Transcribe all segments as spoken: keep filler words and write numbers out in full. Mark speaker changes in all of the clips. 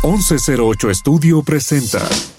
Speaker 1: once cero ocho Estudio presenta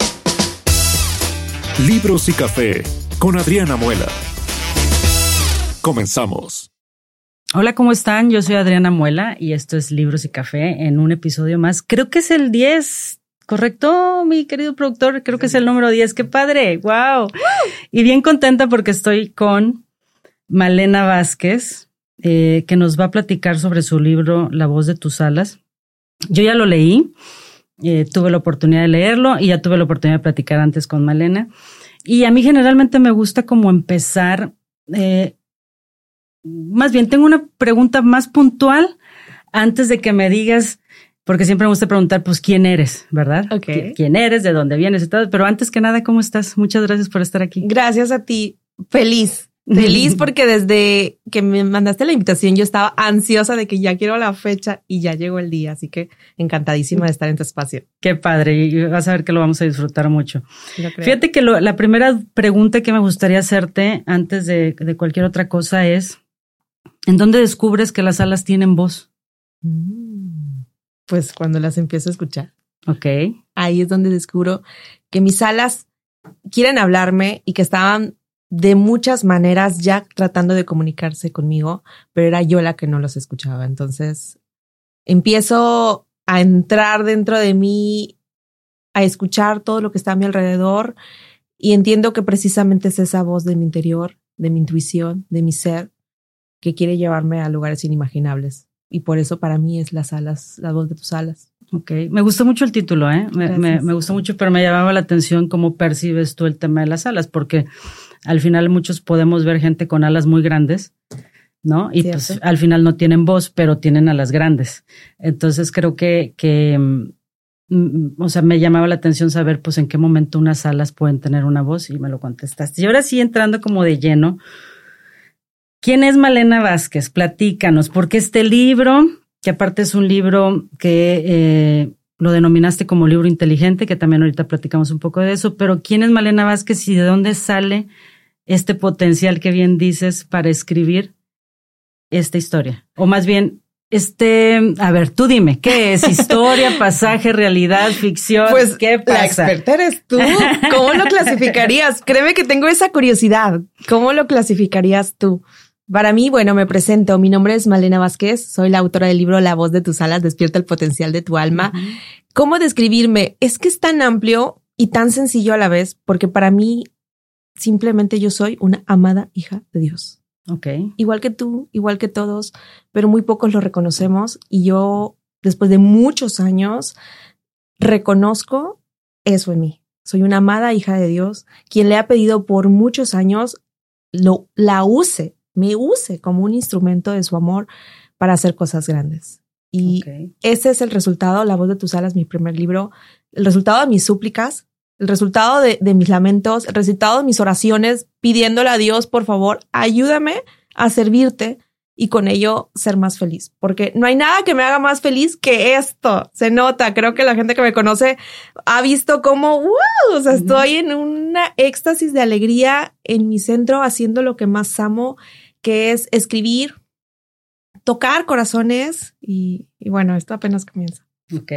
Speaker 1: Libros y Café con Adriana Muela. Comenzamos.
Speaker 2: Hola, ¿cómo están? Yo soy Adriana Muela y esto es Libros y Café en un episodio más. Creo que es el diez, ¿correcto, mi querido productor? Creo que es el número diez. ¡Qué padre! ¡Wow! Y bien contenta porque estoy con Malena Vázquez, eh, que nos va a platicar sobre su libro La voz de tus alas. Yo ya lo leí, eh, tuve la oportunidad de leerlo y ya tuve la oportunidad de platicar antes con Malena. Y a mí generalmente me gusta como empezar, eh, más bien tengo una pregunta más puntual antes de que me digas, porque siempre me gusta preguntar, pues, ¿quién eres? ¿Verdad?
Speaker 3: Okay.
Speaker 2: ¿Quién eres? ¿De dónde vienes? Y todo. Pero antes que nada, ¿cómo estás? Muchas gracias por estar aquí.
Speaker 3: Gracias a ti. Feliz. Feliz porque desde que me mandaste la invitación yo estaba ansiosa de que ya quiero la fecha y ya llegó el día. Así que encantadísima de estar en tu espacio.
Speaker 2: Qué padre. Y vas a ver que lo vamos a disfrutar mucho. Fíjate que lo, la primera pregunta que me gustaría hacerte antes de, de cualquier otra cosa es, ¿en dónde descubres que las alas tienen voz?
Speaker 3: Pues cuando las empiezo a escuchar.
Speaker 2: Ok.
Speaker 3: Ahí es donde descubro que mis alas quieren hablarme y que estaban de muchas maneras ya tratando de comunicarse conmigo, pero era yo la que no los escuchaba. Entonces empiezo a entrar dentro de mí, a escuchar todo lo que está a mi alrededor y entiendo que precisamente es esa voz de mi interior, de mi intuición, de mi ser, que quiere llevarme a lugares inimaginables. Y por eso para mí es las alas, la voz de tus alas.
Speaker 2: Ok, me gustó mucho el título, ¿eh? Me, me, me gustó mucho, pero me llamaba la atención cómo percibes tú el tema de las alas, porque al final muchos podemos ver gente con alas muy grandes, ¿no? Y ¿cierto? Pues al final no tienen voz, pero tienen alas grandes. Entonces creo que, que mm, o sea, me llamaba la atención saber pues en qué momento unas alas pueden tener una voz y me lo contestaste. Y ahora sí, entrando como de lleno, ¿quién es Malena Vázquez? Platícanos, porque este libro, que aparte es un libro que eh, lo denominaste como libro inteligente, que también ahorita platicamos un poco de eso, pero ¿quién es Malena Vázquez y de dónde sale este potencial que bien dices para escribir esta historia? O más bien, este, a ver, tú dime, ¿qué es? ¿Historia, pasaje, realidad, ficción?
Speaker 3: Pues,
Speaker 2: ¿qué pasa?
Speaker 3: La experta eres tú. ¿Cómo lo clasificarías? Créeme que tengo esa curiosidad. ¿Cómo lo clasificarías tú? Para mí, bueno, me presento. Mi nombre es Malena Vázquez. Soy la autora del libro La voz de tus alas, despierta el potencial de tu alma. Uh-huh. ¿Cómo describirme? Es que es tan amplio y tan sencillo a la vez, porque para mí simplemente yo soy una amada hija de Dios.
Speaker 2: Okay.
Speaker 3: Igual que tú, igual que todos, pero muy pocos lo reconocemos. Y yo, después de muchos años, reconozco eso en mí. Soy una amada hija de Dios, quien le ha pedido por muchos años lo, la use. me use como un instrumento de su amor para hacer cosas grandes. Y okay. Ese es el resultado, La voz de tus alas, mi primer libro, el resultado de mis súplicas, el resultado de, de mis lamentos, el resultado de mis oraciones, pidiéndole a Dios, por favor, ayúdame a servirte y con ello ser más feliz. Porque no hay nada que me haga más feliz que esto. Se nota, creo que la gente que me conoce ha visto cómo, wow, o sea, uh-huh. estoy en una éxtasis de alegría en mi centro haciendo lo que más amo, que es escribir, tocar corazones y, y bueno, esto apenas comienza.
Speaker 2: Ok.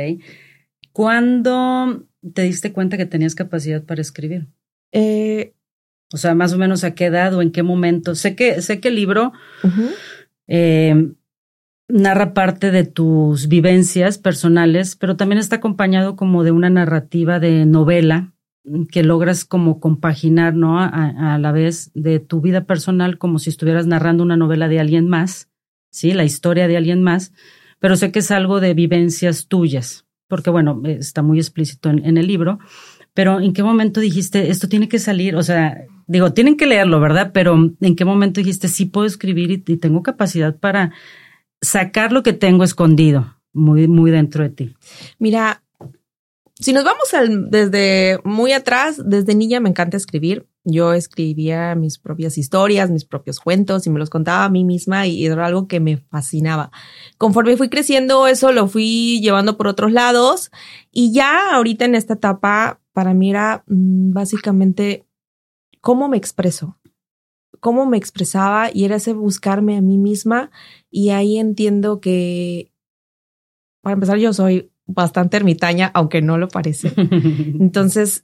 Speaker 2: ¿Cuándo te diste cuenta que tenías capacidad para escribir?
Speaker 3: Eh,
Speaker 2: o sea, más o menos a qué edad o en qué momento. Sé que, sé que el libro uh-huh. eh, narra parte de tus vivencias personales, pero también está acompañado como de una narrativa de novela que logras como compaginar, ¿no? A, a la vez de tu vida personal como si estuvieras narrando una novela de alguien más, ¿sí? La historia de alguien más, pero sé que es algo de vivencias tuyas, porque bueno, está muy explícito en, en el libro, pero ¿en qué momento dijiste, esto tiene que salir? O sea, digo, tienen que leerlo, ¿verdad? Pero ¿en qué momento dijiste, sí puedo escribir y, y tengo capacidad para sacar lo que tengo escondido muy, muy dentro de ti?
Speaker 3: Mira, si nos vamos al, desde muy atrás, desde niña me encanta escribir. Yo escribía mis propias historias, mis propios cuentos y me los contaba a mí misma y era algo que me fascinaba. Conforme fui creciendo, eso lo fui llevando por otros lados y ya ahorita en esta etapa para mí era mmm, básicamente cómo me expreso, cómo me expresaba y era ese buscarme a mí misma y ahí entiendo que, para empezar, yo soy bastante ermitaña, aunque no lo parece. Entonces,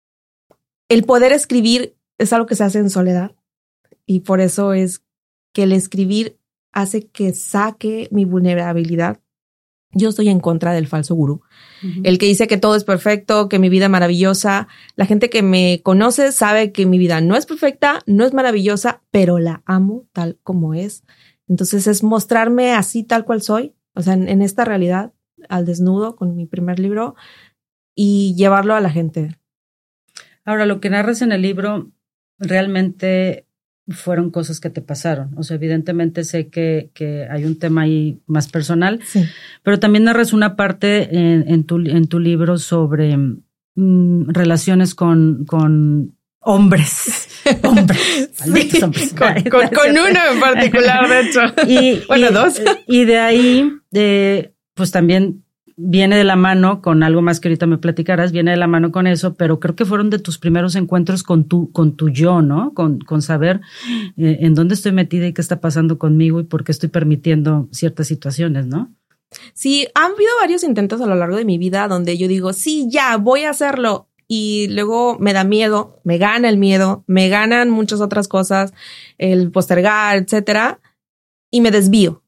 Speaker 3: el poder escribir es algo que se hace en soledad y por eso es que el escribir hace que saque mi vulnerabilidad. Yo estoy en contra del falso gurú. Uh-huh. El que dice que todo es perfecto, que mi vida es maravillosa. La gente que me conoce sabe que mi vida no es perfecta, no es maravillosa, pero la amo tal como es. Entonces es mostrarme así tal cual soy, o sea, en, en esta realidad, al desnudo con mi primer libro y llevarlo a la gente.
Speaker 2: Ahora, lo que narras en el libro realmente fueron cosas que te pasaron. O sea, evidentemente sé que, que hay un tema ahí más personal,
Speaker 3: sí. Pero
Speaker 2: también narras una parte en, en, tu, en tu libro sobre mm, relaciones con, con hombres. Hombres.
Speaker 3: Sí, hombres. Con, con, con uno en particular, de hecho.
Speaker 2: Y, bueno, y, dos. Y de ahí, eh, pues también viene de la mano con algo más que ahorita me platicarás, viene de la mano con eso, pero creo que fueron de tus primeros encuentros con tu, con tu yo, ¿no? Con, con saber eh, en dónde estoy metida y qué está pasando conmigo y por qué estoy permitiendo ciertas situaciones, ¿no?
Speaker 3: Sí, han habido varios intentos a lo largo de mi vida donde yo digo, sí, ya, voy a hacerlo. Y luego me da miedo, me gana el miedo, me ganan muchas otras cosas, el postergar, etcétera, y me desvío.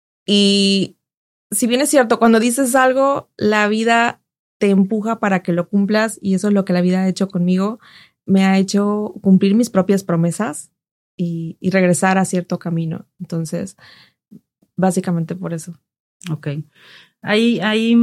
Speaker 3: Y si bien es cierto, cuando dices algo, la vida te empuja para que lo cumplas y eso es lo que la vida ha hecho conmigo. Me ha hecho cumplir mis propias promesas y, y regresar a cierto camino. Entonces, básicamente por eso.
Speaker 2: Ok. Hay, hay,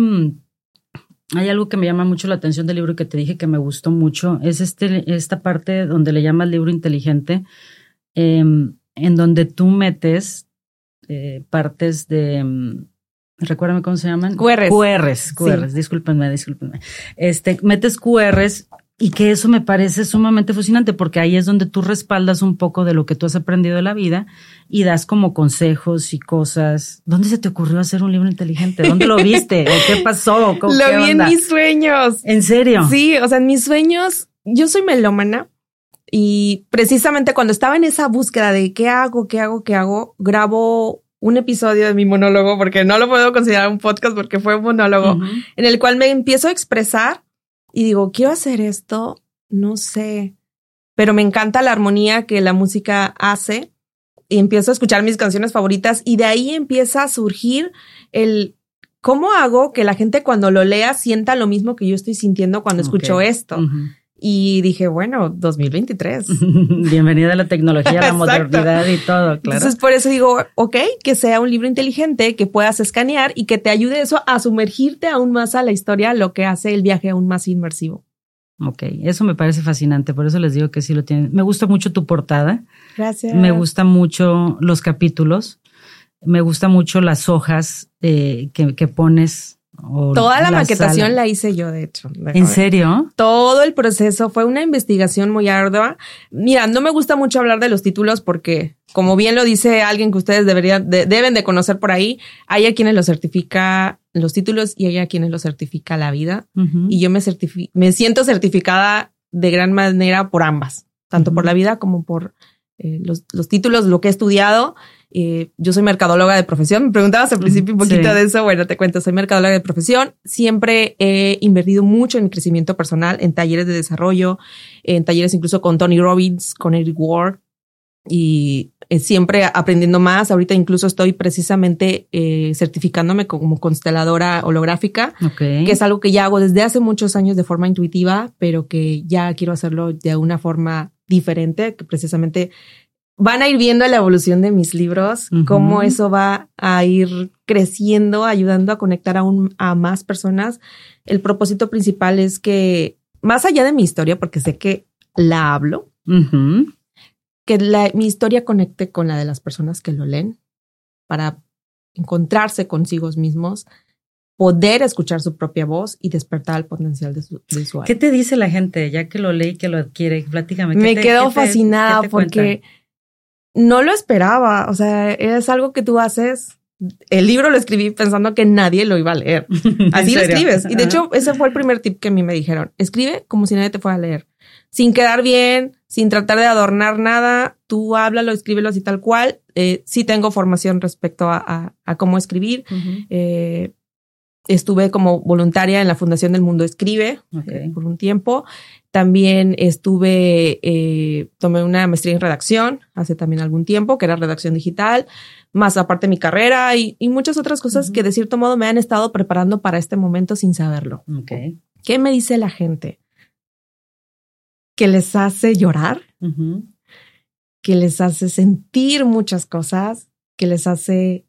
Speaker 2: hay algo que me llama mucho la atención del libro y que te dije que me gustó mucho. Es este, esta parte donde le llamas libro inteligente, eh, en donde tú metes eh, partes de... Recuérdame cómo se llaman.
Speaker 3: Q Rs.
Speaker 2: Q Rs, Q Rs, sí. discúlpenme, discúlpenme. Este, metes Q Rs y que eso me parece sumamente fascinante porque ahí es donde tú respaldas un poco de lo que tú has aprendido de la vida y das como consejos y cosas. ¿Dónde se te ocurrió hacer un libro inteligente? ¿Dónde lo viste? ¿O qué pasó? ¿Cómo,
Speaker 3: lo
Speaker 2: qué
Speaker 3: vi
Speaker 2: onda?
Speaker 3: En mis sueños.
Speaker 2: ¿En serio?
Speaker 3: Sí, o sea, en mis sueños, yo soy melómana y precisamente cuando estaba en esa búsqueda de qué hago, qué hago, qué hago, grabo un episodio de mi monólogo, porque no lo puedo considerar un podcast porque fue un monólogo, uh-huh. en el cual me empiezo a expresar y digo, quiero hacer esto, no sé, pero me encanta la armonía que la música hace y empiezo a escuchar mis canciones favoritas y de ahí empieza a surgir el cómo hago que la gente cuando lo lea sienta lo mismo que yo estoy sintiendo cuando okay. escucho esto. Uh-huh. Y dije, bueno, dos mil veintitrés.
Speaker 2: Bienvenida a la tecnología, a la modernidad y todo, claro.
Speaker 3: Entonces, por eso digo, ok, que sea un libro inteligente, que puedas escanear y que te ayude eso a sumergirte aún más a la historia, lo que hace el viaje aún más inmersivo.
Speaker 2: Ok, eso me parece fascinante, por eso les digo que sí lo tienen. Me gusta mucho tu portada.
Speaker 3: Gracias.
Speaker 2: Me gusta mucho los capítulos. Me gusta mucho las hojas eh, que, que pones.
Speaker 3: Toda la, la maquetación sala. La hice yo, de hecho.
Speaker 2: ¿En serio?
Speaker 3: Todo el proceso fue una investigación muy ardua. Mira, no me gusta mucho hablar de los títulos porque, como bien lo dice alguien que ustedes deberían, de, deben de conocer por ahí, hay a quienes los certifica los títulos y hay a quienes los certifica la vida. Uh-huh. Y yo me, certifi- me siento certificada de gran manera por ambas, tanto uh-huh. por la vida como por eh, los, los títulos, lo que he estudiado. Eh, yo soy mercadóloga de profesión. Me preguntabas al principio un poquito sí. de eso. Bueno, te cuento, soy mercadóloga de profesión. Siempre he invertido mucho en mi crecimiento personal, en talleres de desarrollo, en talleres incluso con Tony Robbins, con Eric Ward y eh, siempre aprendiendo más. Ahorita incluso estoy precisamente eh, certificándome como consteladora holográfica, okay. que es algo que ya hago desde hace muchos años de forma intuitiva, pero que ya quiero hacerlo de una forma diferente, que precisamente van a ir viendo la evolución de mis libros, uh-huh. cómo eso va a ir creciendo, ayudando a conectar aún a más personas. El propósito principal es que, más allá de mi historia, porque sé que la hablo, uh-huh. que la, mi historia conecte con la de las personas que lo leen para encontrarse consigo mismos, poder escuchar su propia voz y despertar el potencial de su, de su alma.
Speaker 2: ¿Qué te dice la gente ya que lo lee y que lo adquiere? Platícame.
Speaker 3: Me
Speaker 2: te,
Speaker 3: quedo
Speaker 2: te,
Speaker 3: fascinada porque cuentan? No lo esperaba. O sea, es algo que tú haces. El libro lo escribí pensando que nadie lo iba a leer. Así lo escribes. Y de hecho, ese fue el primer tip que a mí me dijeron. Escribe como si nadie te fuera a leer. Sin quedar bien, sin tratar de adornar nada. Tú háblalo, escríbelo así tal cual. Eh, sí tengo formación respecto a, a, a cómo escribir. Uh-huh. Eh, estuve como voluntaria en la Fundación del Mundo Escribe okay. eh, por un tiempo. También estuve, eh, tomé una maestría en redacción hace también algún tiempo, que era redacción digital, más aparte mi carrera y, y muchas otras cosas uh-huh. que de cierto modo me han estado preparando para este momento sin saberlo.
Speaker 2: Okay.
Speaker 3: ¿Qué me dice la gente? Que les hace llorar, uh-huh. que les hace sentir muchas cosas, que les hace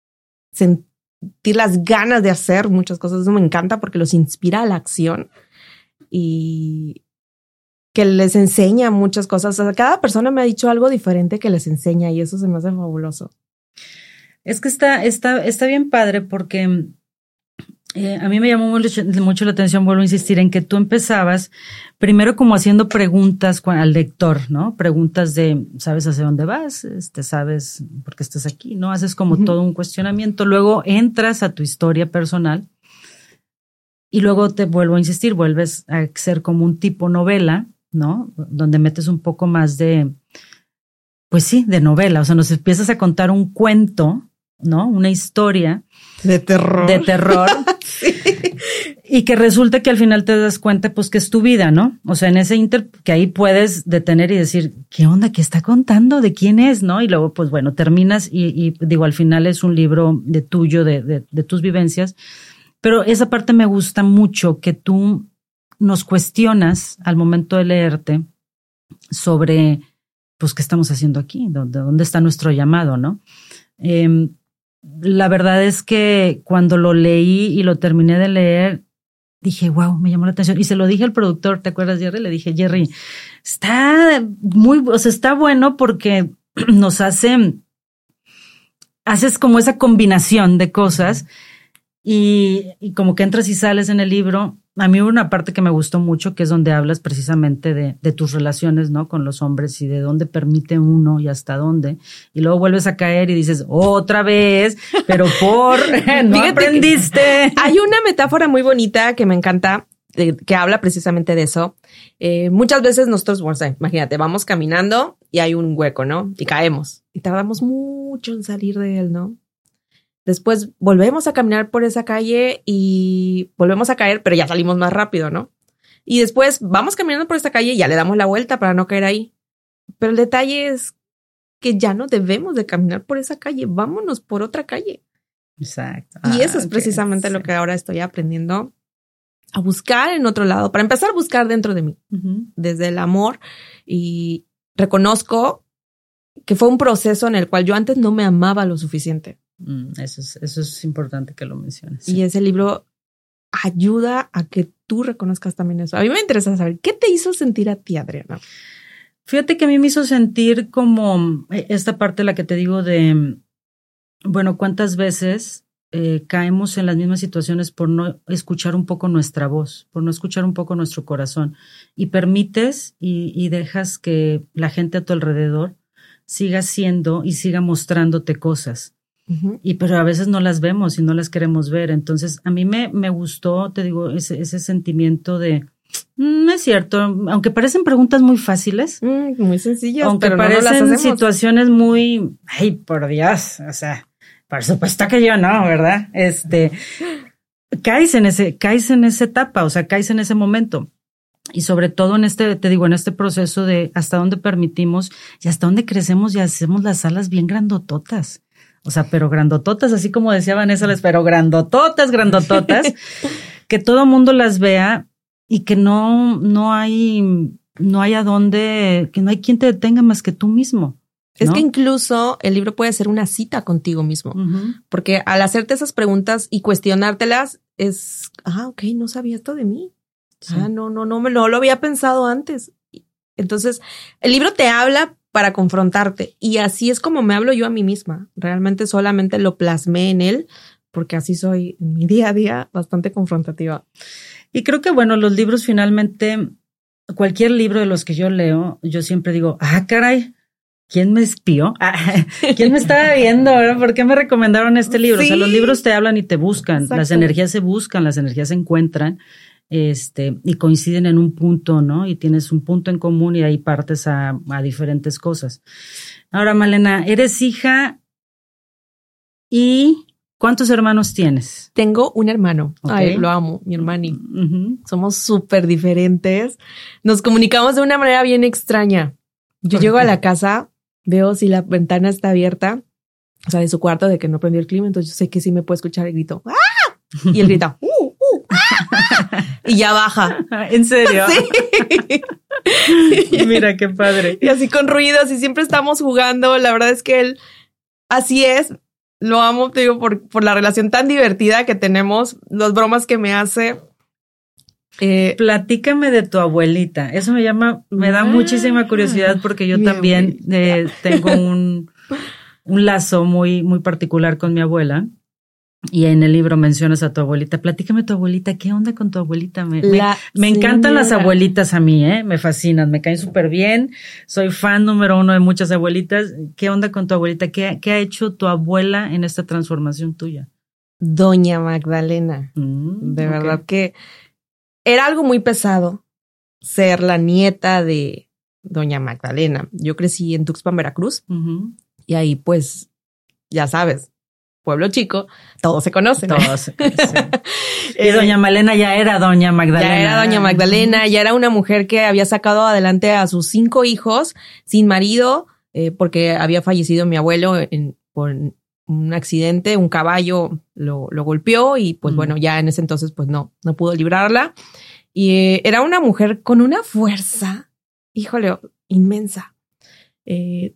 Speaker 3: sentir las ganas de hacer muchas cosas. Eso me encanta porque los inspira a la acción y que les enseña muchas cosas. O sea, cada persona me ha dicho algo diferente que les enseña y eso se me hace fabuloso.
Speaker 2: Es que está, está, está bien padre porque eh, a mí me llamó mucho, mucho la atención, vuelvo a insistir, en que tú empezabas primero como haciendo preguntas al lector, ¿no? Preguntas de, ¿sabes hacia dónde vas? Este, ¿sabes por qué estás aquí? ¿No? Haces como uh-huh. todo un cuestionamiento. Luego entras a tu historia personal y luego te vuelvo a insistir, vuelves a ser como un tipo novela, ¿no? Donde metes un poco más de, pues sí, de novela. O sea, nos empiezas a contar un cuento, ¿no? Una historia.
Speaker 3: De terror.
Speaker 2: De terror. Sí. Y que resulta que al final te das cuenta, pues, que es tu vida, ¿no? O sea, en ese inter, que ahí puedes detener y decir, ¿qué onda? ¿Qué está contando? ¿De quién es? ¿No? Y luego, pues, bueno, terminas y, y digo, al final es un libro de tuyo, de, de, de tus vivencias. Pero esa parte me gusta mucho, que tú nos cuestionas al momento de leerte sobre, pues, qué estamos haciendo aquí, dónde, dónde está nuestro llamado, ¿no? Eh, la verdad es que cuando lo leí y lo terminé de leer, dije, wow, me llamó la atención. Y se lo dije al productor, ¿te acuerdas, Jerry? Le dije, Jerry, está muy, o sea, está bueno porque nos hace, haces como esa combinación de cosas y, y como que entras y sales en el libro. A mí hubo una parte que me gustó mucho, que es donde hablas precisamente de, de tus relaciones, ¿no? Con los hombres y de dónde permite uno y hasta dónde. Y luego vuelves a caer y dices, otra vez, pero por, no aprendiste.
Speaker 3: Hay una metáfora muy bonita que me encanta, eh, que habla precisamente de eso. Eh, muchas veces nosotros, bueno, o sea, imagínate, vamos caminando y hay un hueco, ¿no? Y caemos. Y tardamos mucho en salir de él, ¿no? Después volvemos a caminar por esa calle y volvemos a caer, pero ya salimos más rápido, ¿no? Y después vamos caminando por esta calle y ya le damos la vuelta para no caer ahí. Pero el detalle es que ya no debemos de caminar por esa calle. Vámonos por otra calle.
Speaker 2: Exacto.
Speaker 3: Y eso ah, es precisamente okay, lo sí. que ahora estoy aprendiendo a buscar en otro lado. Para empezar a buscar dentro de mí, uh-huh. desde el amor. Y reconozco que fue un proceso en el cual yo antes no me amaba lo suficiente.
Speaker 2: Mm, eso es, eso es importante que lo menciones.
Speaker 3: Sí. Y ese libro ayuda a que tú reconozcas también eso. A mí me interesa saber, ¿qué te hizo sentir a ti, Adriana?
Speaker 2: Fíjate que a mí me hizo sentir como esta parte, la que te digo de, bueno, cuántas veces eh, caemos en las mismas situaciones por no escuchar un poco nuestra voz, por no escuchar un poco nuestro corazón. Y permites y, y dejas que la gente a tu alrededor siga siendo y siga mostrándote cosas. Uh-huh. Y pero a veces no las vemos y no las queremos ver. Entonces a mí me, me gustó, te digo, ese, ese sentimiento de no es cierto, aunque parecen preguntas muy fáciles,
Speaker 3: mm, muy sencillas,
Speaker 2: aunque
Speaker 3: pero
Speaker 2: parecen
Speaker 3: no las
Speaker 2: situaciones muy, ay, por Dios, o sea, por supuesto que yo no, ¿verdad? Este, caes en ese, caes en esa etapa, o sea, caes en ese momento. Y sobre todo en este, te digo, en este proceso de hasta dónde permitimos y hasta dónde crecemos y hacemos las alas bien grandototas. O sea, pero grandototas, así como decía Vanessa, pero grandototas, grandototas, que todo mundo las vea y que no, no hay, no hay a dónde, que no hay quien te detenga más que tú mismo.
Speaker 3: Es ¿no? que incluso el libro puede ser una cita contigo mismo, uh-huh. porque al hacerte esas preguntas y cuestionártelas es, ah, ok, no sabía esto de mí. Sí. Ah, no, no, no, me, no lo había pensado antes. Entonces, el libro te habla para confrontarte y así es como me hablo yo a mí misma. Realmente solamente lo plasmé en él porque así soy en mi día a día, bastante confrontativa.
Speaker 2: Y creo que, bueno, los libros finalmente, cualquier libro de los que yo leo, yo siempre digo, ah, caray, ¿quién me espió? Ah, ¿quién me estaba viendo? ¿Verdad? ¿Por qué me recomendaron este libro? Sí. O sea, los libros te hablan y te buscan. Exacto. Las energías se buscan, las energías se encuentran. Este, y coinciden en un punto, ¿no? Y tienes un punto en común y ahí partes a, a diferentes cosas. Ahora, Malena, eres hija y ¿Cuántos hermanos tienes?
Speaker 3: Tengo un hermano.
Speaker 2: Okay.
Speaker 3: Ay, lo amo, mi hermani.
Speaker 2: Uh-huh.
Speaker 3: Somos súper diferentes. Nos comunicamos de una manera bien extraña. Yo llego a la casa, veo si la ventana está abierta, o sea, de su cuarto, de que no prendió el clima, entonces yo sé que sí me puede escuchar el grito. ¡Ah! Y él grita, ¡uh, uh! ¡Ah! Y ya baja.
Speaker 2: ¿En serio?
Speaker 3: Sí.
Speaker 2: Mira, qué padre.
Speaker 3: Y así con ruidos y siempre estamos jugando. La verdad es que él, así es. Lo amo, te digo, por, por la relación tan divertida que tenemos, las bromas que me hace.
Speaker 2: Eh, Platícame de tu abuelita. Eso me llama, me da ah, muchísima curiosidad porque yo también eh, tengo un, un lazo muy, muy particular con mi abuela. Y en el libro mencionas a tu abuelita. Platícame tu abuelita. ¿Qué onda con tu abuelita? Me, me, me encantan las abuelitas a mí, ¿eh? Me fascinan, me caen súper bien. Soy fan número uno de muchas abuelitas. ¿Qué onda con tu abuelita? ¿Qué, qué ha hecho tu abuela en esta transformación tuya?
Speaker 3: Doña Magdalena. Mm, de okay. verdad que era algo muy pesado ser la nieta de Doña Magdalena. Yo crecí en Tuxpan, Veracruz. Uh-huh. Y ahí, pues, ya sabes, pueblo chico, todo se conoce.
Speaker 2: Todo se conoce. Y Doña Malena ya era Doña Magdalena.
Speaker 3: Ya era Doña Magdalena, ya era una mujer que había sacado adelante a sus cinco hijos sin marido, eh, porque había fallecido mi abuelo en, por un accidente, un caballo lo, lo golpeó y pues mm. bueno, ya en ese entonces pues no, no pudo librarla. Y eh, era una mujer con una fuerza, híjole, inmensa. Eh,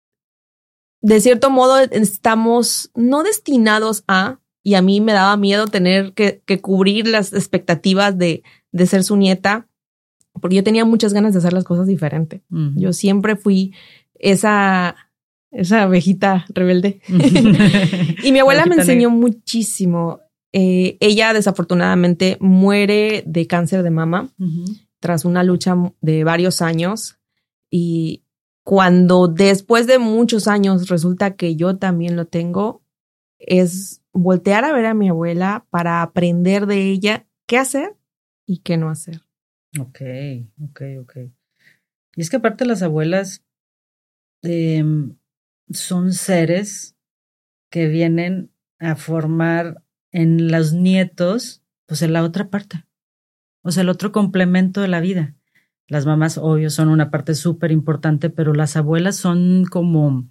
Speaker 3: De cierto modo estamos no destinados a, y a mí me daba miedo tener que, que cubrir las expectativas de, de ser su nieta, porque yo tenía muchas ganas de hacer las cosas diferente. Uh-huh. Yo siempre fui esa, esa abejita rebelde. Y mi abuela me enseñó negra. muchísimo. Eh, ella desafortunadamente muere de cáncer de mama uh-huh. tras una lucha de varios años y cuando después de muchos años resulta que yo también lo tengo, es voltear a ver a mi abuela para aprender de ella qué hacer y qué no hacer.
Speaker 2: Ok, ok, ok. Y es que aparte las abuelas eh, son seres que vienen a formar en los nietos, pues en la otra parte, o sea, el otro complemento de la vida. Las mamás, obvio, son una parte súper importante, pero las abuelas son como,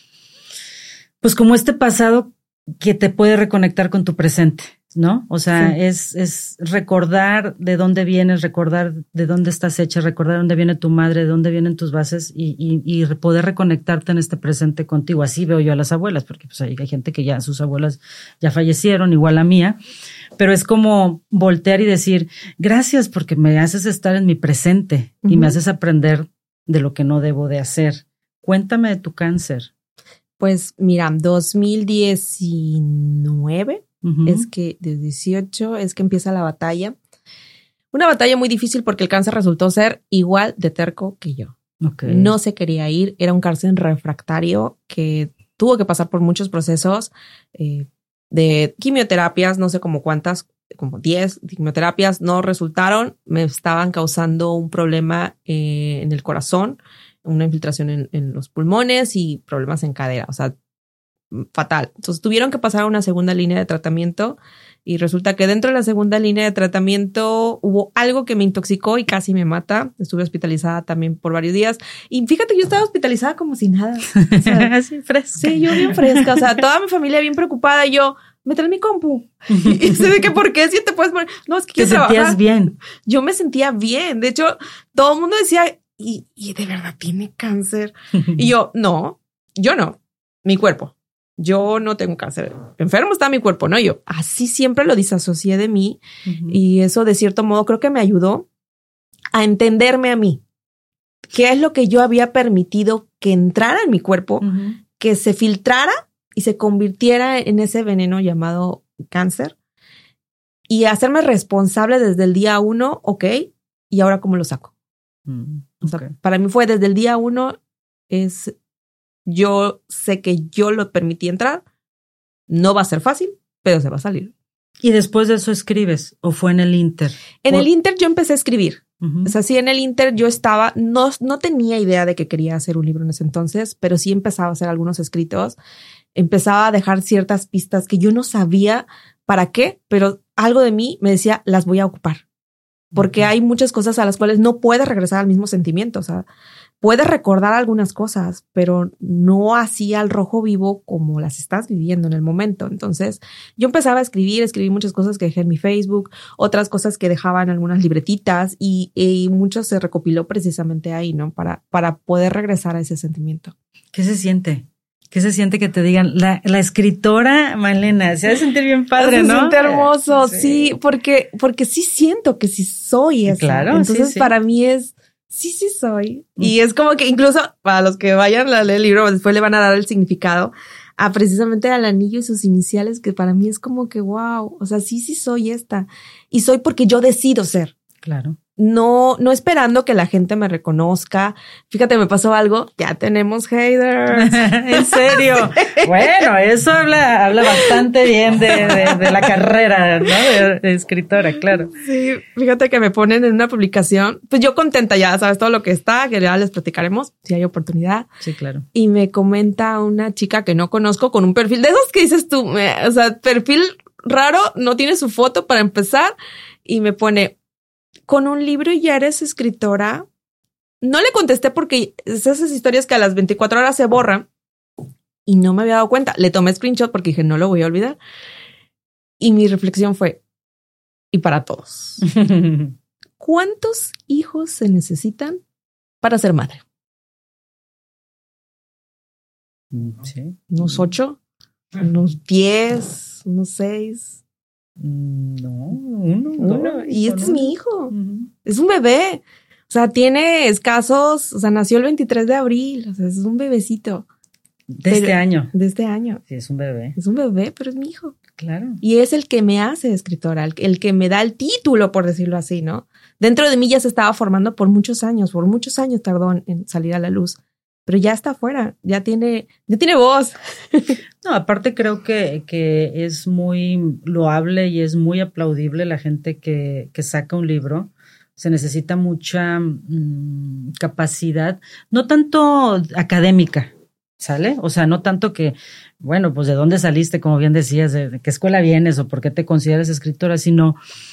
Speaker 2: pues como este pasado que te puede reconectar con tu presente, ¿no? O sea, sí. es, es recordar de dónde vienes, recordar de dónde estás hecha, recordar de dónde viene tu madre, de dónde vienen tus bases y, y, y poder reconectarte en este presente contigo. Así veo yo a las abuelas, porque pues hay, hay gente que ya, sus abuelas ya fallecieron, igual a mía. Pero es como voltear y decir, gracias porque me haces estar en mi presente uh-huh. y me haces aprender de lo que no debo de hacer. Cuéntame de tu cáncer.
Speaker 3: Pues mira, dos mil diecinueve uh-huh. es que, de dieciocho es que empieza la batalla. Una batalla muy difícil porque el cáncer resultó ser igual de terco que yo.
Speaker 2: Okay.
Speaker 3: No se quería ir, era un cáncer refractario que tuvo que pasar por muchos procesos, eh, de quimioterapias, no sé como cuántas, como diez quimioterapias no resultaron, me estaban causando un problema eh, en el corazón, una infiltración en, en los pulmones y problemas en cadera, o sea, fatal. Entonces tuvieron que pasar a una segunda línea de tratamiento y resulta que dentro de la segunda línea de tratamiento hubo algo que me intoxicó y casi me mata. Estuve hospitalizada también por varios días y fíjate, yo estaba hospitalizada como si nada. O sea,
Speaker 2: así fresca.
Speaker 3: Sí, yo bien fresca, o sea, toda mi familia bien preocupada y yo, me trae mi compu. Y se ve que ¿por qué? Si te puedes poner. No, es que
Speaker 2: ¿Te sentías trabajar. bien?
Speaker 3: Yo me sentía bien. De hecho, todo el mundo decía, y, y de verdad tiene cáncer. Y yo, no, yo no. Mi cuerpo. Yo no tengo cáncer. Enfermo está mi cuerpo, no yo. Así siempre lo disasocié de mí. Uh-huh. Y eso, de cierto modo, creo que me ayudó a entenderme a mí. ¿Qué es lo que yo había permitido que entrara en mi cuerpo, uh-huh. que se filtrara y se convirtiera en ese veneno llamado cáncer? Y hacerme responsable desde el día uno, ok, y ahora cómo lo saco.
Speaker 2: Mm,
Speaker 3: o sea, okay. Para mí fue desde el día uno, es... Yo sé que yo lo permití entrar. No va a ser fácil, pero se va a salir.
Speaker 2: ¿Y después de eso escribes? ¿O fue en el Inter?
Speaker 3: En
Speaker 2: ¿O...
Speaker 3: el Inter yo empecé a escribir. Uh-huh. O sea, sí, en el Inter yo estaba... No, no tenía idea de que quería hacer un libro en ese entonces, pero sí empezaba a hacer algunos escritos. empezaba a dejar ciertas pistas que yo no sabía para qué, pero algo de mí me decía, las voy a ocupar. Porque hay muchas cosas a las cuales no puedes regresar al mismo sentimiento. O sea, puedes recordar algunas cosas, pero no así al rojo vivo como las estás viviendo en el momento. Entonces, yo empezaba a escribir, escribí muchas cosas que dejé en mi Facebook, otras cosas que dejaba en algunas libretitas y, y muchas se recopiló precisamente ahí, ¿no? Para, para poder regresar a ese sentimiento.
Speaker 2: ¿Qué se siente? ¿Qué se siente que te digan la, la escritora Malena? Se ha de sentir bien padre, ¿no?
Speaker 3: Se siente hermoso, sí, sí porque, porque sí siento que sí soy esa.
Speaker 2: Claro,
Speaker 3: entonces
Speaker 2: sí, sí.
Speaker 3: Para mí es, sí, sí soy. Mm. Y es como que incluso para los que vayan a leer el libro, después le van a dar el significado a precisamente al anillo y sus iniciales, que para mí es como que wow, o sea, sí, sí soy esta. Y soy porque yo decido ser.
Speaker 2: Claro.
Speaker 3: No, no esperando que la gente me reconozca. Fíjate, me pasó algo. Ya tenemos haters.
Speaker 2: ¿En serio? Bueno, eso habla, habla bastante bien de, de, de la carrera, ¿no? De, de escritora, claro.
Speaker 3: Sí, fíjate que me ponen en una publicación. Pues yo contenta, ya sabes todo lo que está, que ya les platicaremos si hay oportunidad.
Speaker 2: Sí, claro.
Speaker 3: Y me comenta una chica que no conozco con un perfil de esos que dices tú, me, o sea, perfil raro, no tiene su foto para empezar. Y me pone, con un libro y ya eres escritora. No le contesté porque es esas historias que a las veinticuatro horas se borran y no me había dado cuenta. Le tomé screenshot porque dije, no lo voy a olvidar. Y mi reflexión fue, y para todos, ¿cuántos hijos se necesitan para ser madre?
Speaker 2: Sí.
Speaker 3: ¿Unos ocho? ¿Unos diez? ¿Unos seis?
Speaker 2: No, uno,
Speaker 3: uno.
Speaker 2: Dos,
Speaker 3: y este
Speaker 2: ¿no?
Speaker 3: es mi hijo.
Speaker 2: Uh-huh.
Speaker 3: Es un bebé. O sea, tiene escasos, o sea, nació el veintitrés de abril. O sea, es un bebecito.
Speaker 2: De
Speaker 3: pero,
Speaker 2: este año.
Speaker 3: De este año.
Speaker 2: Sí, es un bebé.
Speaker 3: Es un bebé, pero es mi hijo.
Speaker 2: Claro.
Speaker 3: Y es el que me hace escritora, el, el que me da el título, por decirlo así, ¿no? Dentro de mí ya se estaba formando por muchos años, por muchos años tardó en, en salir a la luz. Pero ya está afuera, ya tiene, ya tiene voz.
Speaker 2: No, aparte creo que, que es muy loable y es muy aplaudible la gente que, que saca un libro. Se necesita mucha mmm, capacidad, no tanto académica, ¿sale? O sea, no tanto que, bueno, pues de dónde saliste, como bien decías, de, de qué escuela vienes o por qué te consideras escritora, sino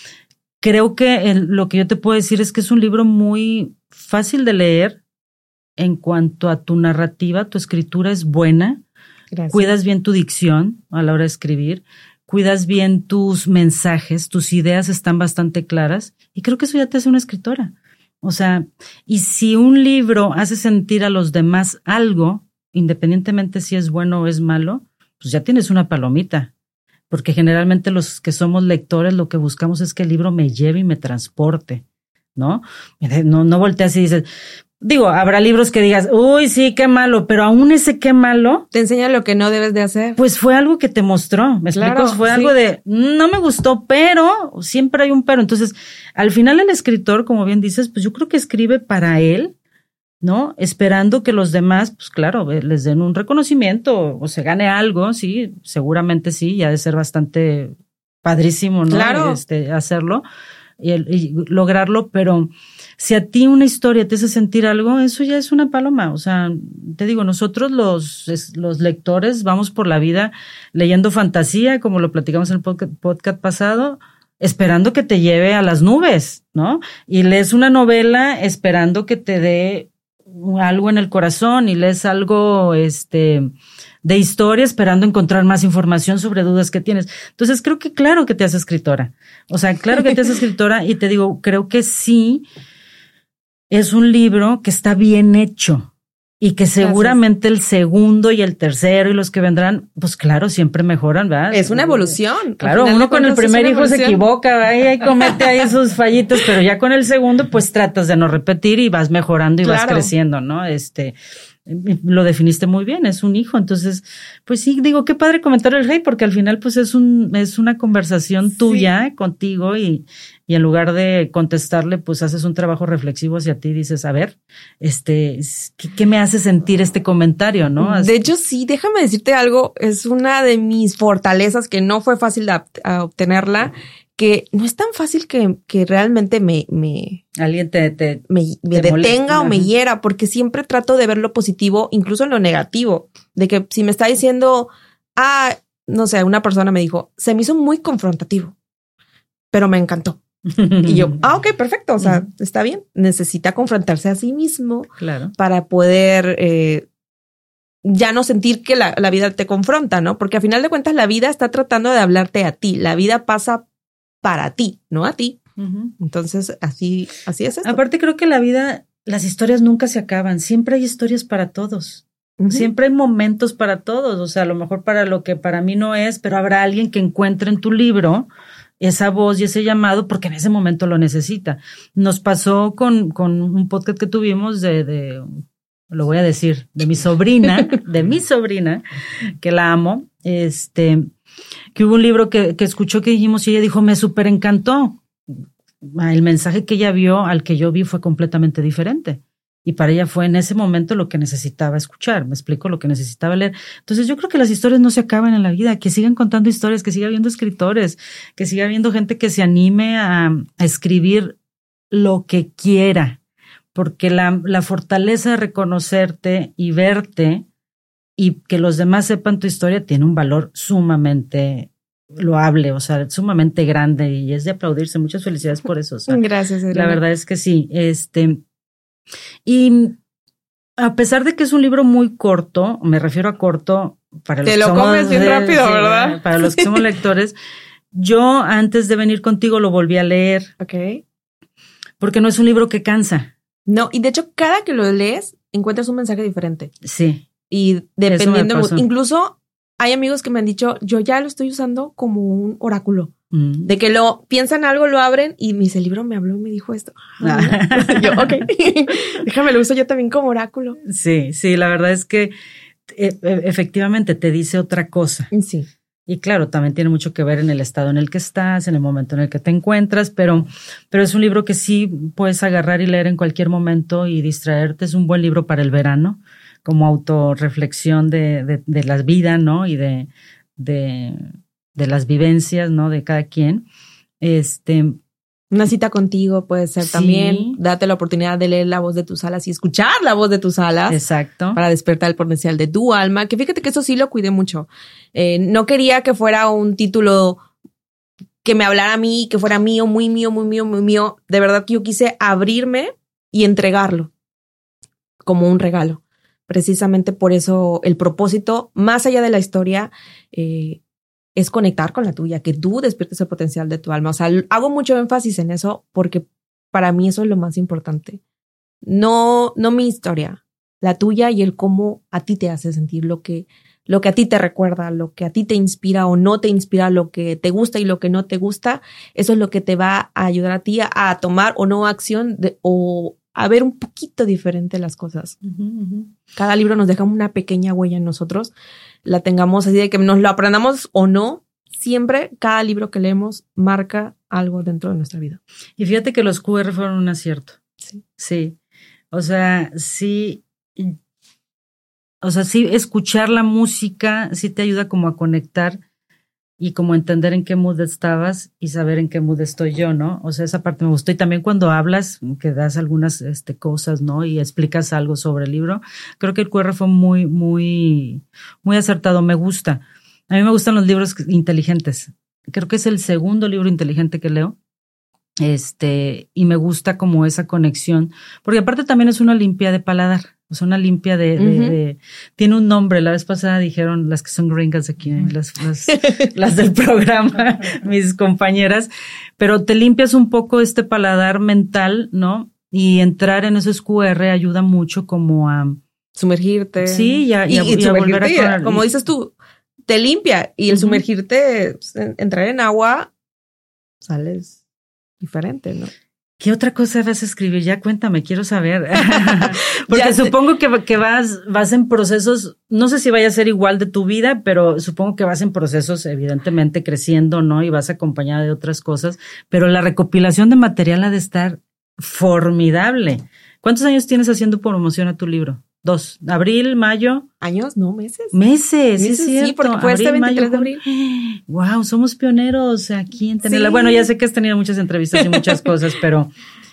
Speaker 2: creo que el, lo que yo te puedo decir es que es un libro muy fácil de leer. En cuanto a tu narrativa, tu escritura es buena. Gracias. Cuidas bien tu dicción a la hora de escribir, cuidas bien tus mensajes, tus ideas están bastante claras y creo que eso ya te hace una escritora. O sea, y si un libro hace sentir a los demás algo, independientemente si es bueno o es malo, pues ya tienes una palomita. Porque generalmente los que somos lectores lo que buscamos es que el libro me lleve y me transporte, ¿no? No, no volteas y dices... Digo, habrá libros que digas, uy, sí, qué malo, pero aún ese qué malo...
Speaker 3: Te enseña lo que no debes de hacer.
Speaker 2: Pues fue algo que te mostró, ¿me
Speaker 3: claro,
Speaker 2: explico? Fue
Speaker 3: sí.
Speaker 2: algo de, no me gustó, pero siempre hay un pero. Entonces, al final el escritor, como bien dices, pues yo creo que escribe para él, ¿no? Esperando que los demás, pues claro, les den un reconocimiento o se gane algo, sí, seguramente sí, y ha de ser bastante padrísimo, ¿no?
Speaker 3: Claro.
Speaker 2: Este, hacerlo y, el, y lograrlo, pero... Si a ti una historia te hace sentir algo, eso ya es una paloma. O sea, te digo, nosotros los, los lectores vamos por la vida leyendo fantasía, como lo platicamos en el podcast, podcast pasado, esperando que te lleve a las nubes, ¿no? Y lees una novela esperando que te dé algo en el corazón y lees algo este de historia esperando encontrar más información sobre dudas que tienes. Entonces creo que claro que te hace escritora. O sea, claro que te hace escritora y te digo, creo que sí es un libro que está bien hecho y que seguramente Gracias. El segundo y el tercero y los que vendrán, pues claro, siempre mejoran, ¿verdad?
Speaker 3: Es una evolución.
Speaker 2: Claro, uno con el primer hijo se equivoca, ¿verdad? Y comete ahí sus fallitos, pero ya con el segundo, pues tratas de no repetir y vas mejorando y claro. vas creciendo, ¿no? Este, lo definiste muy bien, es un hijo. Entonces, pues sí, digo, qué padre comentar el hate, porque al final, pues es un, es una conversación tuya sí. contigo y, y en lugar de contestarle, pues haces un trabajo reflexivo hacia ti y dices, a ver, este, ¿qué, qué me hace sentir este comentario, no?
Speaker 3: De hecho, sí, déjame decirte algo, es una de mis fortalezas que no fue fácil de a obtenerla, que no es tan fácil que, que realmente me, me,
Speaker 2: alguien te, te,
Speaker 3: me, me
Speaker 2: te
Speaker 3: detenga
Speaker 2: molesta.
Speaker 3: O me hiera, porque siempre trato de ver lo positivo, incluso en lo negativo, de que si me está diciendo ah, no sé, una persona me dijo, se me hizo muy confrontativo, pero me encantó. Y yo, ah, ok, perfecto. O sea, uh-huh. está bien. Necesita confrontarse a sí mismo
Speaker 2: claro.
Speaker 3: para poder eh, ya no sentir que la, la vida te confronta, ¿no? Porque a final de cuentas la vida está tratando de hablarte a ti. La vida pasa para ti, no a ti. Uh-huh. Entonces, así, así es esto.
Speaker 2: Aparte, creo que la vida, las historias nunca se acaban. Siempre hay historias para todos. Uh-huh. Siempre hay momentos para todos. O sea, a lo mejor para lo que para mí no es, pero habrá alguien que encuentre en tu libro esa voz y ese llamado porque en ese momento lo necesita. Nos pasó con, con un podcast que tuvimos de, de, lo voy a decir, de mi sobrina, de mi sobrina, que la amo, este, que hubo un libro que, que escuchó que dijimos y ella dijo, me súper encantó. El mensaje que ella vio al que yo vi fue completamente diferente. Y para ella fue en ese momento lo que necesitaba escuchar, me explico, lo que necesitaba leer. Entonces yo creo que las historias no se acaban en la vida, que sigan contando historias, que siga habiendo escritores, que siga habiendo gente que se anime a, a escribir lo que quiera, porque la, la fortaleza de reconocerte y verte y que los demás sepan tu historia tiene un valor sumamente loable, o sea, sumamente grande y es de aplaudirse. Muchas felicidades por eso. O sea,
Speaker 3: gracias, Elena.
Speaker 2: La verdad es que sí, este... Y a pesar de que es un libro muy corto, me refiero a corto para los
Speaker 3: Te
Speaker 2: que
Speaker 3: lo
Speaker 2: somos
Speaker 3: comes bien
Speaker 2: de,
Speaker 3: rápido,
Speaker 2: sí,
Speaker 3: ¿verdad?
Speaker 2: Para los que somos lectores, yo antes de venir contigo lo volví a leer.
Speaker 3: Ok.
Speaker 2: Porque no es un libro que cansa.
Speaker 3: No, y de hecho cada que lo lees encuentras un mensaje diferente.
Speaker 2: Sí.
Speaker 3: Y dependiendo, incluso hay amigos que me han dicho, yo ya lo estoy usando como un oráculo. Mm. De que lo piensan algo, lo abren y me dice, el libro me habló y me dijo esto. Ah, yo, ok, déjame lo uso yo también como oráculo.
Speaker 2: Sí, sí, la verdad es que e- efectivamente te dice otra cosa.
Speaker 3: Sí.
Speaker 2: Y claro, también tiene mucho que ver en el estado en el que estás, en el momento en el que te encuentras, pero, pero es un libro que sí puedes agarrar y leer en cualquier momento y distraerte. Es un buen libro para el verano, como autorreflexión de, de, de la vida, ¿no? Y de, de, de las vivencias, ¿no? De cada quien. Este.
Speaker 3: Una cita contigo puede ser sí. También. Date la oportunidad de leer la voz de tus alas y escuchar la voz de tus alas.
Speaker 2: Exacto.
Speaker 3: Para despertar el potencial de tu alma. Que fíjate que eso sí lo cuidé mucho. Eh, no quería que fuera un título que me hablara a mí, que fuera mío, muy mío, muy mío, muy mío. De verdad que yo quise abrirme y entregarlo como un regalo. Precisamente por eso el propósito, más allá de la historia, eh, es conectar con la tuya, que tú despiertes el potencial de tu alma. O sea, hago mucho énfasis en eso porque para mí eso es lo más importante. No, no mi historia, la tuya y el cómo a ti te hace sentir, lo que, lo que a ti te recuerda, lo que a ti te inspira o no te inspira, lo que te gusta y lo que no te gusta. Eso es lo que te va a ayudar a ti a, a tomar o no acción de, o a ver un poquito diferente las cosas. Uh-huh, uh-huh. Cada libro nos deja una pequeña huella en nosotros. La tengamos así de que nos lo aprendamos o no. Siempre cada libro que leemos marca algo dentro de nuestra vida.
Speaker 2: Y fíjate que los Q R fueron un acierto.
Speaker 3: Sí.
Speaker 2: Sí. O sea, sí. O sea, sí, escuchar la música sí te ayuda como a conectar y como entender en qué mood estabas y saber en qué mood estoy yo, ¿no? O sea, esa parte me gustó. Y también cuando hablas, que das algunas este, cosas, ¿no? Y explicas algo sobre el libro, creo que el Q R fue muy, muy, muy acertado. Me gusta. A mí me gustan los libros inteligentes. Creo que es el segundo libro inteligente que leo. Este, y me gusta como esa conexión. Porque aparte también es una limpia de paladar. O sea, una limpia de, de, uh-huh. de... Tiene un nombre. La vez pasada dijeron las que son gringas aquí, las, las, las del programa, mis compañeras. Pero te limpias un poco este paladar mental, ¿no? Y entrar en esos Q R ayuda mucho como a...
Speaker 3: Sumergirte.
Speaker 2: Sí, y a, y a,
Speaker 3: y, y
Speaker 2: y a volver a...
Speaker 3: Con, como dices tú, te limpia. Y el uh-huh. sumergirte, entrar en agua, sales diferente, ¿no?
Speaker 2: ¿Qué otra cosa vas a escribir? Ya cuéntame, quiero saber. Porque ya supongo que, que vas, vas en procesos, no sé si vaya a ser igual de tu vida, pero supongo que vas en procesos evidentemente creciendo, ¿no? Y vas acompañada de otras cosas, pero la recopilación de material ha de estar formidable. ¿Cuántos años tienes haciendo promoción a tu libro? Dos. ¿Abril, mayo?
Speaker 3: ¿Años? No, meses.
Speaker 2: Meses, sí, es cierto.
Speaker 3: Sí, porque fue abril, este veintitrés de abril.
Speaker 2: Wow, somos pioneros aquí en tenerla. Sí. Bueno, ya sé que has tenido muchas entrevistas y muchas cosas, pero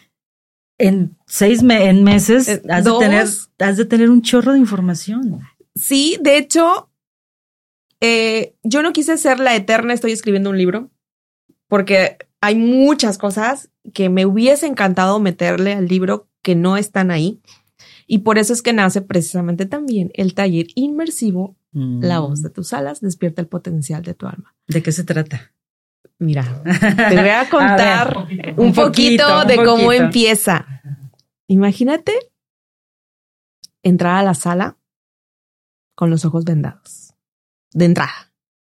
Speaker 2: en seis me- en meses eh, has, de tener, has de tener un chorro de información.
Speaker 3: Sí, de hecho, eh, yo no quise ser la eterna, estoy escribiendo un libro, porque hay muchas cosas que me hubiese encantado meterle al libro que no están ahí. Y por eso es que nace precisamente también el taller inmersivo, mm. La voz de tus alas, despierta el potencial de tu alma.
Speaker 2: ¿De qué se trata?
Speaker 3: Mira, te voy a contar a ver, un, un poquito, poquito de un cómo poquito. Empieza. Imagínate entrar a la sala con los ojos vendados, de entrada.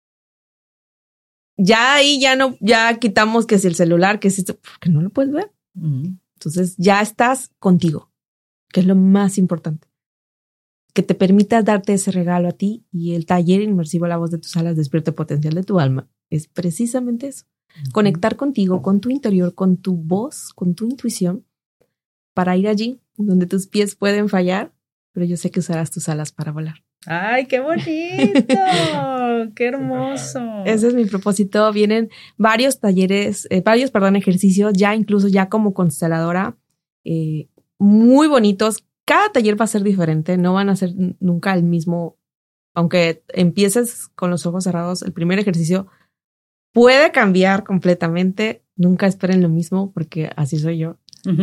Speaker 3: Ya ahí ya no, ya quitamos que si el celular, que si esto, porque no lo puedes ver. Mm. Entonces ya estás contigo, que es lo más importante. Que te permitas darte ese regalo a ti, y el taller inmersivo La voz de tus alas, despierta el potencial de tu alma. Es precisamente eso. Uh-huh. Conectar contigo, con tu interior, con tu voz, con tu intuición, para ir allí donde tus pies pueden fallar, pero yo sé que usarás tus alas para volar.
Speaker 2: ¡Ay, qué bonito! ¡Qué hermoso!
Speaker 3: Ese es mi propósito. Vienen varios talleres, eh, varios, perdón, ejercicios, ya incluso ya como consteladora, eh, muy bonitos. Cada taller va a ser diferente, no van a ser nunca el mismo. Aunque empieces con los ojos cerrados, el primer ejercicio puede cambiar completamente. Nunca esperen lo mismo, porque así soy yo.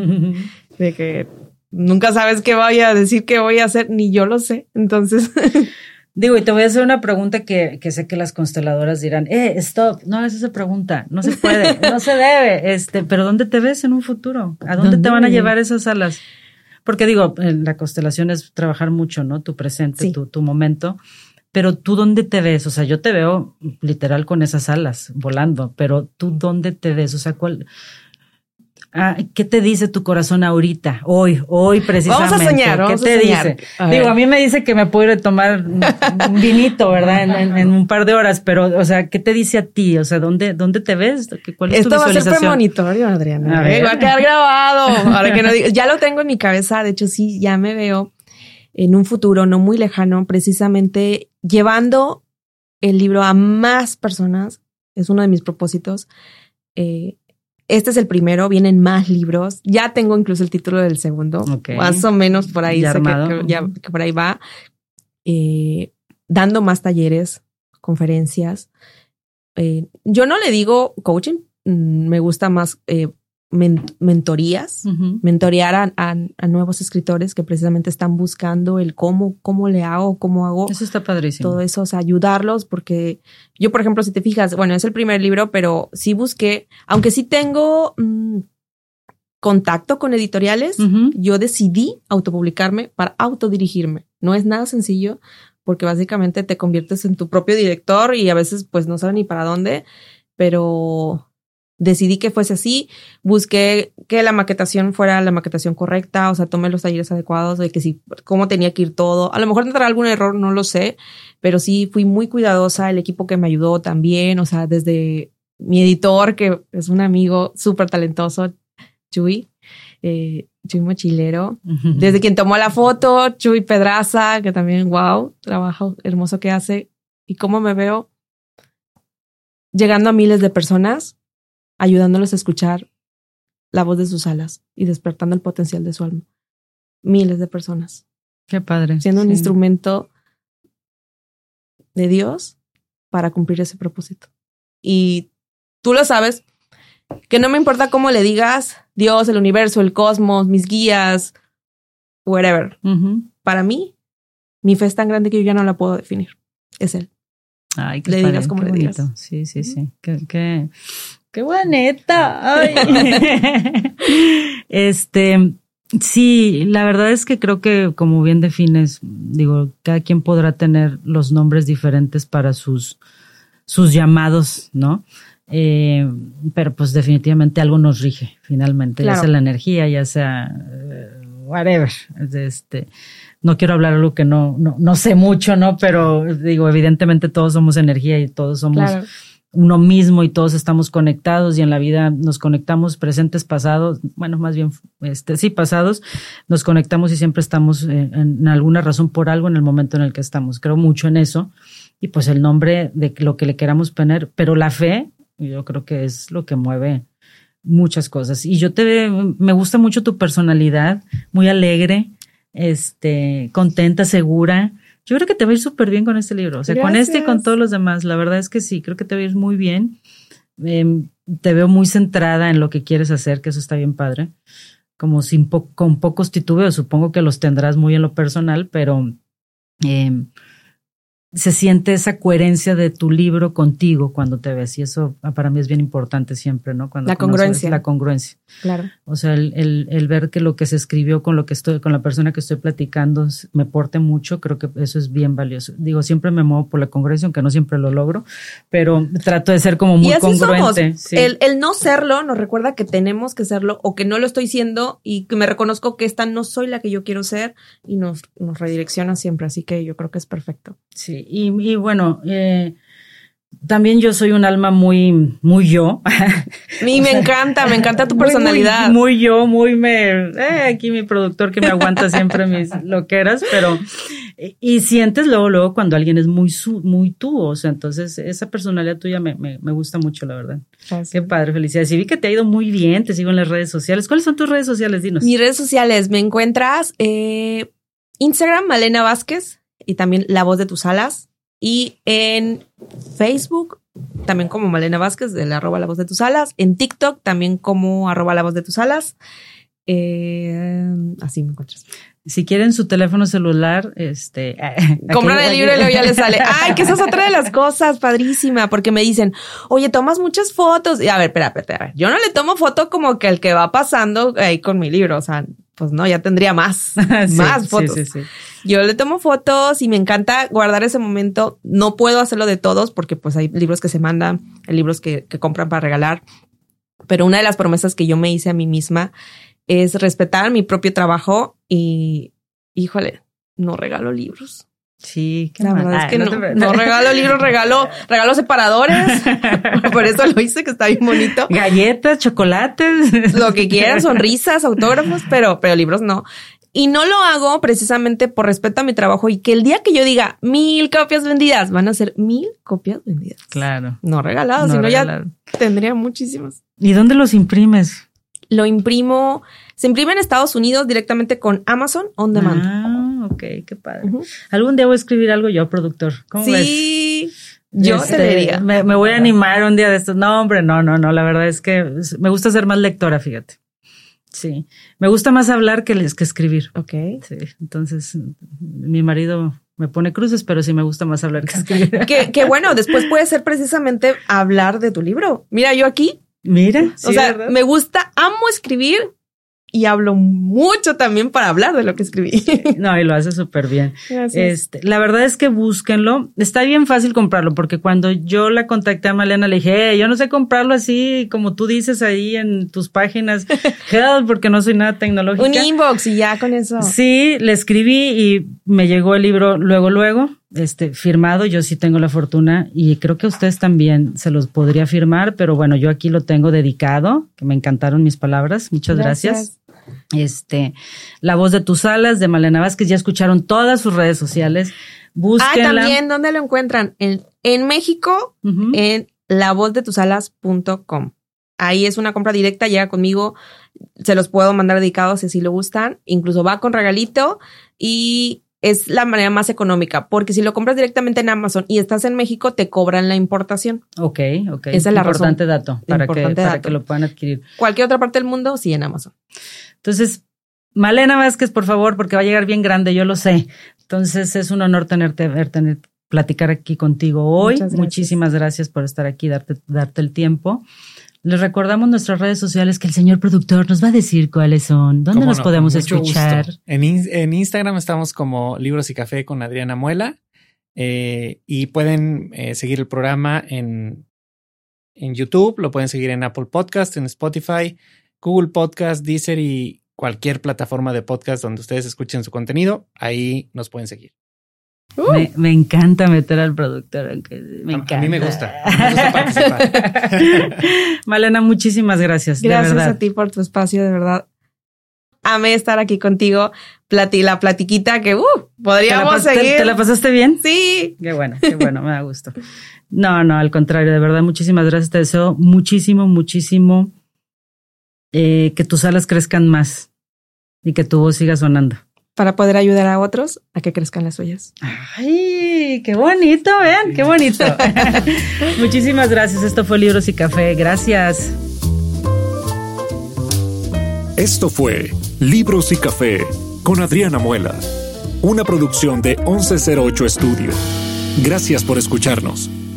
Speaker 3: De que nunca sabes qué voy a decir, qué voy a hacer, ni yo lo sé. Entonces,
Speaker 2: digo, y te voy a hacer una pregunta que, que sé que las consteladoras dirán, eh, stop, no hagas esa pregunta, no se puede, no se debe. Este, pero ¿dónde te ves en un futuro? ¿A dónde, ¿Dónde te van a llevar esas alas? Porque digo, la constelación es trabajar mucho, ¿no? Tu presente, sí. tu, tu momento. Pero ¿tú dónde te ves? O sea, yo te veo literal con esas alas volando, pero ¿tú dónde te ves? O sea, ¿cuál? Ah, ¿qué te dice tu corazón ahorita? Hoy, hoy precisamente.
Speaker 3: Vamos a soñar, vamos
Speaker 2: ¿Qué te
Speaker 3: a soñar.
Speaker 2: dice? A Digo, a mí me dice que me puedo ir a tomar un vinito, ¿verdad? En, en, en un par de horas, pero, o sea, ¿qué te dice a ti? O sea, ¿dónde, dónde te ves? ¿Cuál es
Speaker 3: Esto
Speaker 2: tu visualización?
Speaker 3: Esto va a ser premonitorio, Adriana. A ¿eh? Va a quedar grabado. Ahora que no digo, ya lo tengo en mi cabeza. De hecho, sí, ya me veo en un futuro no muy lejano, precisamente llevando el libro a más personas. Es uno de mis propósitos. Eh, Este es el primero, vienen más libros. Ya tengo incluso el título del segundo. Okay. Más o menos por ahí,
Speaker 2: ya,
Speaker 3: sé que, que, ya, que por ahí va. Eh, dando más talleres, conferencias. Eh, yo no le digo coaching, me gusta más eh, men- mentorías, uh-huh. mentorear a, a, a nuevos escritores que precisamente están buscando el cómo, cómo le hago, cómo hago.
Speaker 2: Eso está padrísimo.
Speaker 3: Todo eso, o sea, ayudarlos, porque yo, por ejemplo, si te fijas, bueno, es el primer libro, pero sí busqué, aunque sí tengo mmm, contacto con editoriales, uh-huh. yo decidí autopublicarme para autodirigirme. No es nada sencillo, porque básicamente te conviertes en tu propio director y a veces pues no sabes ni para dónde, pero decidí que fuese así, busqué que la maquetación fuera la maquetación correcta, o sea, tomé los talleres adecuados de que sí, cómo tenía que ir todo. A lo mejor tendrá algún error, no lo sé, pero sí fui muy cuidadosa, el equipo que me ayudó también, o sea, desde mi editor, que es un amigo súper talentoso, Chuy, eh, Chuy Mochilero, uh-huh. desde quien tomó la foto, Chuy Pedraza, que también, wow, trabajo hermoso que hace, y cómo me veo llegando a miles de personas, ayudándolos a escuchar la voz de sus alas y despertando el potencial de su alma. Miles de personas.
Speaker 2: Qué padre.
Speaker 3: Siendo
Speaker 2: sí.
Speaker 3: un instrumento de Dios para cumplir ese propósito. Y tú lo sabes, que no me importa cómo le digas, Dios, el universo, el cosmos, mis guías, whatever. Uh-huh. Para mí, mi fe es tan grande que yo ya no la puedo definir. Es Él.
Speaker 2: Ay, qué
Speaker 3: le
Speaker 2: padre,
Speaker 3: digas como le
Speaker 2: bonito.
Speaker 3: digas.
Speaker 2: Sí, sí, sí. Qué, qué, qué bonita. Ay. este, sí, la verdad es que creo que, como bien defines, digo, cada quien podrá tener los nombres diferentes para sus, sus llamados, ¿no? Eh, pero pues definitivamente algo nos rige, finalmente, claro. Ya sea la energía, ya sea uh, whatever. Este, no quiero hablar algo que no, no, no sé mucho, ¿no? Pero digo, evidentemente todos somos energía y todos somos claro. uno mismo y todos estamos conectados y en la vida nos conectamos presentes, pasados, bueno, más bien, este, sí, pasados, nos conectamos y siempre estamos en, en alguna razón por algo en el momento en el que estamos. Creo mucho en eso y pues el nombre de lo que le queramos poner, pero la fe, yo creo que es lo que mueve muchas cosas. Y yo te, me gusta mucho tu personalidad, muy alegre, este, contenta, segura. Yo creo que te va a ir súper bien con este libro. O sea,
Speaker 3: Gracias.
Speaker 2: con este y con todos los demás. La verdad es que sí, creo que te va a ir muy bien. Eh, te veo muy centrada en lo que quieres hacer, que eso está bien padre. Como sin po- con pocos titubeos. Supongo que los tendrás muy en lo personal, pero eh, se siente esa coherencia de tu libro contigo cuando te ves. Y eso para mí es bien importante siempre, ¿no? Cuando
Speaker 3: La congruencia.
Speaker 2: La congruencia.
Speaker 3: Claro.
Speaker 2: O sea, el, el, el ver que lo que se escribió con lo que estoy, con la persona que estoy platicando me porte mucho, creo que eso es bien valioso. Digo, siempre me muevo por la congruencia, aunque no siempre lo logro, pero trato de ser como muy
Speaker 3: y así
Speaker 2: congruente.
Speaker 3: Somos.
Speaker 2: Sí.
Speaker 3: El, el no serlo nos recuerda que tenemos que serlo o que no lo estoy siendo y que me reconozco que esta no soy la que yo quiero ser y nos, nos redirecciona siempre. Así que yo creo que es perfecto.
Speaker 2: Sí, y, y bueno, eh, también yo soy un alma muy, muy yo.
Speaker 3: Y me encanta, me encanta tu
Speaker 2: muy,
Speaker 3: personalidad.
Speaker 2: Muy, muy yo, muy me... Eh, aquí mi productor que me aguanta siempre mis loqueras, pero... Y sientes luego, luego cuando alguien es muy su, muy tú, o sea, entonces esa personalidad tuya me, me, me gusta mucho, la verdad. Gracias. Qué padre, felicidades. Y vi que te ha ido muy bien, te sigo en las redes sociales. ¿Cuáles son tus redes sociales? Dinos.
Speaker 3: Mis redes sociales, me encuentras eh, Instagram, Malena Vázquez, y también La Voz de Tus Alas. Y en Facebook, también como Malena Vázquez, del arroba La Voz de Tus Alas. En TikTok, también como arroba La Voz de Tus Alas. Eh, así me encuentras.
Speaker 2: Si quieren su teléfono celular, este...
Speaker 3: compran el libro y luego ya les sale. Ay, que esa es otra de las cosas, padrísima, porque me dicen, oye, tomas muchas fotos. Y a ver, espera, espera, espera. Yo no le tomo foto como que el que va pasando ahí con mi libro. O sea, pues no, ya tendría más, sí, más fotos. Sí, sí, sí. Yo le tomo fotos y me encanta guardar ese momento. No puedo hacerlo de todos porque pues hay libros que se mandan, hay libros que, que compran para regalar. Pero una de las promesas que yo me hice a mí misma es respetar mi propio trabajo y, híjole, no regalo libros.
Speaker 2: Sí, qué
Speaker 3: la
Speaker 2: mal.
Speaker 3: verdad
Speaker 2: Ay,
Speaker 3: es que
Speaker 2: no,
Speaker 3: no,
Speaker 2: te...
Speaker 3: no regalo libros, regalo, regalo separadores. Por eso lo hice, que está bien bonito.
Speaker 2: Galletas, chocolates.
Speaker 3: Lo que quieran, sonrisas, autógrafos, pero, pero libros no. Y no lo hago precisamente por respeto a mi trabajo y que el día que yo diga mil copias vendidas, van a ser mil copias vendidas.
Speaker 2: Claro.
Speaker 3: No regaladas, no sino regalado. Ya tendría muchísimas.
Speaker 2: ¿Y dónde los imprimes?
Speaker 3: Lo imprimo, se imprime en Estados Unidos directamente con Amazon On Demand.
Speaker 2: Ah, ok, qué padre. Uh-huh. Algún día voy a escribir algo yo, productor. ¿Cómo
Speaker 3: sí,
Speaker 2: ves?
Speaker 3: Sí, yo
Speaker 2: este,
Speaker 3: te diría.
Speaker 2: Me, me voy a animar un día de estos. No, hombre, no, no, no. La verdad es que me gusta ser más lectora, fíjate. Sí, me gusta más hablar que, que escribir.
Speaker 3: Ok.
Speaker 2: Sí, entonces mi marido me pone cruces, pero sí me gusta más hablar que escribir.
Speaker 3: que, que bueno, después puede ser precisamente hablar de tu libro. Mira, yo aquí.
Speaker 2: Mira,
Speaker 3: sí, o sea, ¿verdad? Me gusta, amo escribir y hablo mucho también para hablar de lo que escribí.
Speaker 2: No, y lo hace súper bien.
Speaker 3: Gracias.
Speaker 2: Este, la verdad es que búsquenlo. Está bien fácil comprarlo, porque cuando yo la contacté a Malena, le dije, hey, yo no sé comprarlo así como tú dices ahí en tus páginas, help, porque no soy nada tecnológica.
Speaker 3: Un inbox y ya con eso.
Speaker 2: Sí, le escribí y me llegó el libro luego, luego. Este, firmado, yo sí tengo la fortuna y creo que a ustedes también se los podría firmar, pero bueno, yo aquí lo tengo dedicado, que me encantaron mis palabras, muchas gracias. gracias. Este, La Voz de Tus Alas de Malena Vázquez, ya escucharon todas sus redes sociales, búsquenla.
Speaker 3: Ah, también, ¿dónde lo encuentran? En, en México, uh-huh. en la voz de tus alas punto com. Ahí es una compra directa, llega conmigo, se los puedo mandar dedicados si así lo gustan, incluso va con regalito y es la manera más económica, porque si lo compras directamente en Amazon y estás en México, te cobran la importación.
Speaker 2: Ok, ok.
Speaker 3: Esa es la
Speaker 2: importante
Speaker 3: razón.
Speaker 2: dato para,
Speaker 3: importante
Speaker 2: que,
Speaker 3: dato.
Speaker 2: para que lo puedan adquirir.
Speaker 3: Cualquier otra parte del mundo, sí, en Amazon.
Speaker 2: Entonces, Malena Vázquez, por favor, porque va a llegar bien grande, yo lo sé. Entonces, es un honor tenerte, ver, tener, platicar aquí contigo hoy.
Speaker 3: Muchas gracias.
Speaker 2: Muchísimas gracias por estar aquí, darte, darte el tiempo. Les recordamos nuestras redes sociales que el señor productor nos va a decir cuáles son. ¿Dónde nos no? podemos escuchar?
Speaker 4: En, en Instagram estamos como Libros y Café con Adriana Muela eh, y pueden eh, seguir el programa en, en YouTube, lo pueden seguir en Apple Podcast, en Spotify, Google Podcast, Deezer y cualquier plataforma de podcast donde ustedes escuchen su contenido. Ahí nos pueden seguir.
Speaker 2: Uh. Me, me encanta meter al productor, aunque me
Speaker 4: a,
Speaker 2: encanta.
Speaker 4: A mí me gusta, me gusta participar.
Speaker 2: Malena, muchísimas gracias.
Speaker 3: Gracias
Speaker 2: de verdad.
Speaker 3: a ti por tu espacio, de verdad. Amé estar aquí contigo. Plati, la platiquita que uh, podríamos
Speaker 2: ¿Te la,
Speaker 3: seguir.
Speaker 2: ¿te, ¿Te la pasaste bien?
Speaker 3: Sí.
Speaker 2: Qué bueno, qué bueno, me da gusto. No, no, al contrario, de verdad, muchísimas gracias. Te deseo muchísimo, muchísimo eh, que tus alas crezcan más y que tu voz siga sonando.
Speaker 3: para poder ayudar a otros a que crezcan las suyas.
Speaker 2: ¡Ay, qué bonito! Vean, qué bonito. Muchísimas gracias. Esto fue Libros y Café. Gracias.
Speaker 1: Esto fue Libros y Café con Adriana Muela, una producción de once cero ocho Estudio. Gracias por escucharnos.